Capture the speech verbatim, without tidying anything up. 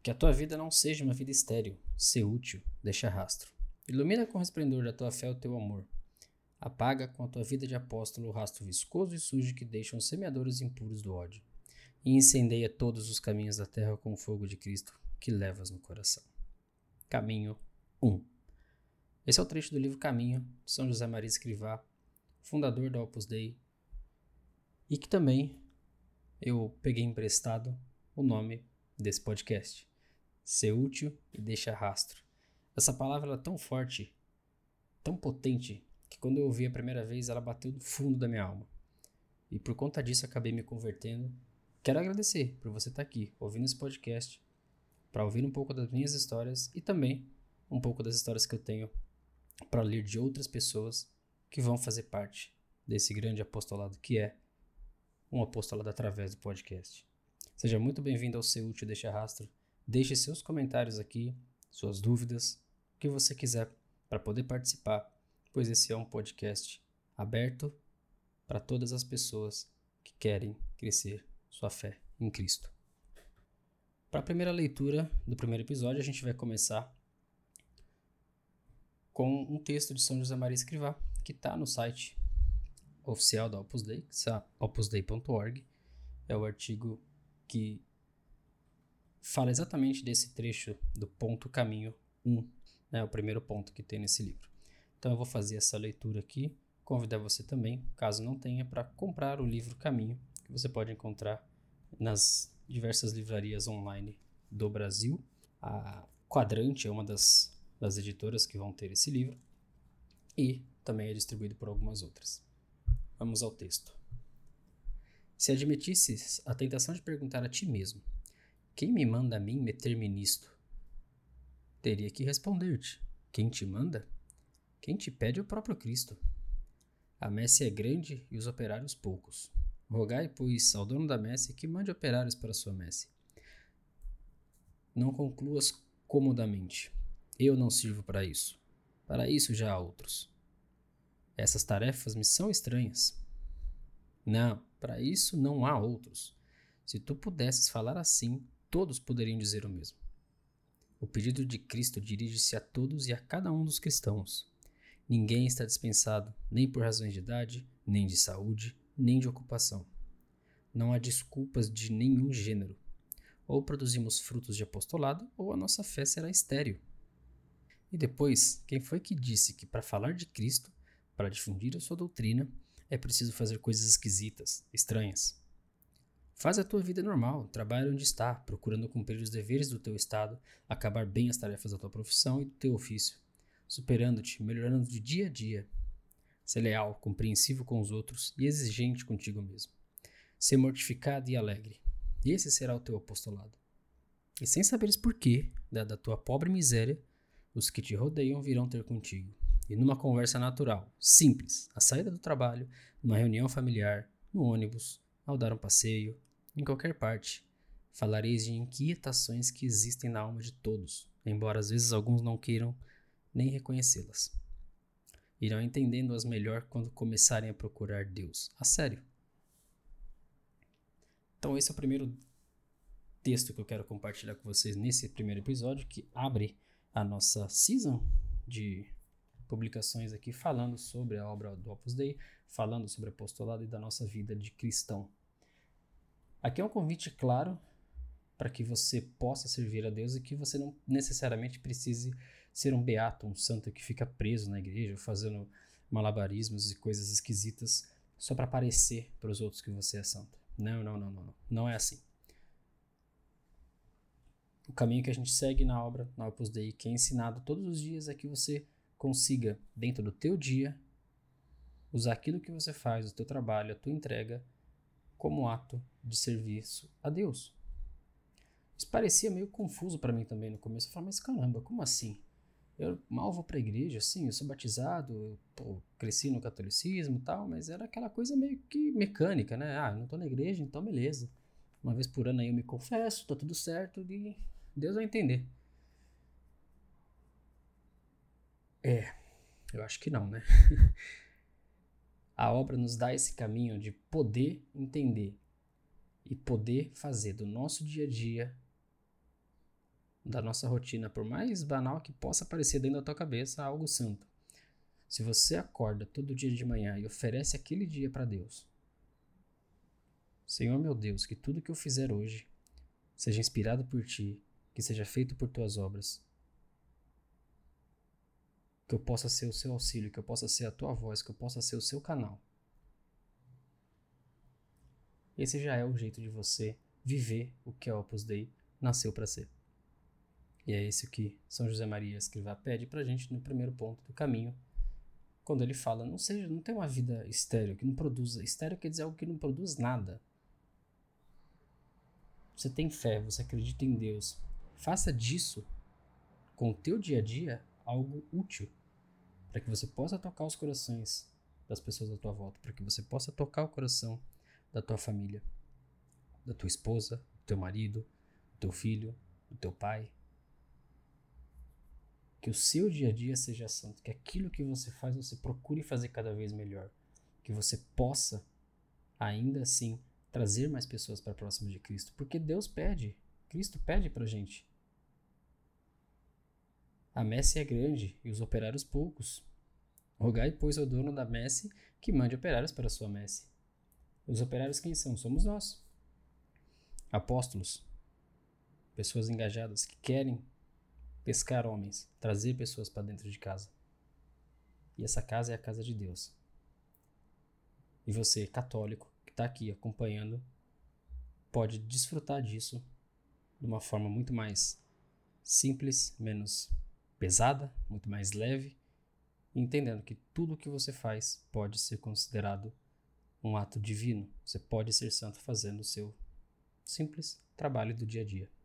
Que a tua vida não seja uma vida estéril, ser útil, deixa rastro. Ilumina com o resplendor da tua fé o teu amor. Apaga com a tua vida de apóstolo o rastro viscoso e sujo que deixam os semeadores impuros do ódio. E incendeia todos os caminhos da terra com o fogo de Cristo que levas no coração. Caminho um. Esse é o trecho do livro Caminho, de São José Maria Escrivá, fundador da Opus Dei, e que também eu peguei emprestado o nome desse podcast. Ser útil e deixa rastro. Essa palavra ela é tão forte, tão potente, que quando eu ouvi a primeira vez ela bateu no fundo da minha alma. E por conta disso acabei me convertendo. Quero agradecer por você estar aqui, ouvindo esse podcast, para ouvir um pouco das minhas histórias e também um pouco das histórias que eu tenho para ler de outras pessoas que vão fazer parte desse grande apostolado que é um apostolado através do podcast. Seja muito bem-vindo ao Ser Útil Deixa Rastro. Deixe seus comentários aqui, suas dúvidas, o que você quiser para poder participar, pois esse é um podcast aberto para todas as pessoas que querem crescer sua fé em Cristo. Para a primeira leitura do primeiro episódio, a gente vai começar com um texto de São José Maria Escrivá, que está no site oficial da Opus Dei, que é opus dei ponto org. É o artigo que fala exatamente desse trecho do ponto caminho um, né, o primeiro ponto que tem nesse livro. Então eu vou fazer essa leitura aqui, convidar você também, caso não tenha, para comprar o livro Caminho, que você pode encontrar nas diversas livrarias online do Brasil. A Quadrante é uma das, das editoras que vão ter esse livro e também é distribuído por algumas outras. Vamos ao texto. Se admitisses a tentação de perguntar a ti mesmo: quem me manda a mim meter-me nisto? Teria que responder-te: quem te manda? Quem te pede é o próprio Cristo. A messe é grande e os operários poucos. Rogai, pois, ao dono da messe que mande operários para a sua messe. Não concluas comodamente: eu não sirvo para isso. Para isso já há outros. Essas tarefas me são estranhas. Não, para isso não há outros. Se tu pudesses falar assim, todos poderiam dizer o mesmo. O pedido de Cristo dirige-se a todos e a cada um dos cristãos. Ninguém está dispensado, nem por razões de idade, nem de saúde, nem de ocupação. Não há desculpas de nenhum gênero. Ou produzimos frutos de apostolado, ou a nossa fé será estéril. E depois, quem foi que disse que para falar de Cristo, para difundir a sua doutrina, é preciso fazer coisas esquisitas, estranhas? Faz a tua vida normal, trabalha onde está, procurando cumprir os deveres do teu estado, acabar bem as tarefas da tua profissão e do teu ofício, superando-te, melhorando de dia a dia. Ser leal, compreensivo com os outros e exigente contigo mesmo. Ser mortificado e alegre. Esse será o teu apostolado. E sem saberes porquê, dada a tua pobre miséria, os que te rodeiam virão ter contigo. E numa conversa natural, simples, à saída do trabalho, numa reunião familiar, no ônibus, ao dar um passeio, em qualquer parte, falareis de inquietações que existem na alma de todos, embora às vezes alguns não queiram nem reconhecê-las. Irão entendendo-as melhor quando começarem a procurar Deus. A sério. Então esse é o primeiro texto que eu quero compartilhar com vocês nesse primeiro episódio, que abre a nossa season de publicações aqui falando sobre a obra do Opus Dei, falando sobre apostolado e da nossa vida de cristão. Aqui é um convite claro para que você possa servir a Deus e que você não necessariamente precise ser um beato, um santo que fica preso na igreja, fazendo malabarismos e coisas esquisitas só para parecer para os outros que você é santo. Não, não, não, não, não. Não é assim. O caminho que a gente segue na obra, na Opus Dei, que é ensinado todos os dias, é que você consiga, dentro do teu dia, usar aquilo que você faz, o teu trabalho, a tua entrega, como ato de serviço a Deus. Isso parecia meio confuso para mim também no começo. Eu falei, mas caramba, como assim? Eu mal vou para a igreja, sim, eu sou batizado, eu pô, cresci no catolicismo e tal, mas era aquela coisa meio que mecânica, né? Ah, eu não tô na igreja, então beleza. Uma vez por ano aí eu me confesso, tá tudo certo e Deus vai entender. É, eu acho que não, né? A obra nos dá esse caminho de poder entender e poder fazer do nosso dia a dia da nossa rotina, por mais banal que possa parecer dentro da tua cabeça, algo santo. Se você acorda todo dia de manhã e oferece aquele dia para Deus, Senhor meu Deus, que tudo que eu fizer hoje seja inspirado por Ti, que seja feito por Tuas obras, que eu possa ser o Seu auxílio, que eu possa ser a Tua voz, que eu possa ser o Seu canal. Esse já é o jeito de você viver o que a Opus Dei nasceu para ser. E é isso que São José Maria Escrivá pede pra gente no primeiro ponto do caminho, quando ele fala, não seja, não tem uma vida estéril, que não produza. Estéril quer dizer algo que não produz nada. Você tem fé, você acredita em Deus. Faça disso, com o teu dia a dia, algo útil, para que você possa tocar os corações das pessoas à tua volta, para que você possa tocar o coração da tua família, da tua esposa, do teu marido, do teu filho, do teu pai. Que o seu dia a dia seja santo, que aquilo que você faz, você procure fazer cada vez melhor. Que você possa, ainda assim, trazer mais pessoas para próximo de Cristo. Porque Deus pede, Cristo pede pra gente. A messe é grande e os operários poucos. Rogai, pois, ao dono da messe que mande operários para a sua messe. Os operários quem são? Somos nós. Apóstolos. Pessoas engajadas que querem pescar homens, trazer pessoas para dentro de casa. E essa casa é a casa de Deus. E você, católico, que está aqui acompanhando, pode desfrutar disso de uma forma muito mais simples, menos pesada, muito mais leve, entendendo que tudo o que você faz pode ser considerado um ato divino. Você pode ser santo fazendo o seu simples trabalho do dia a dia.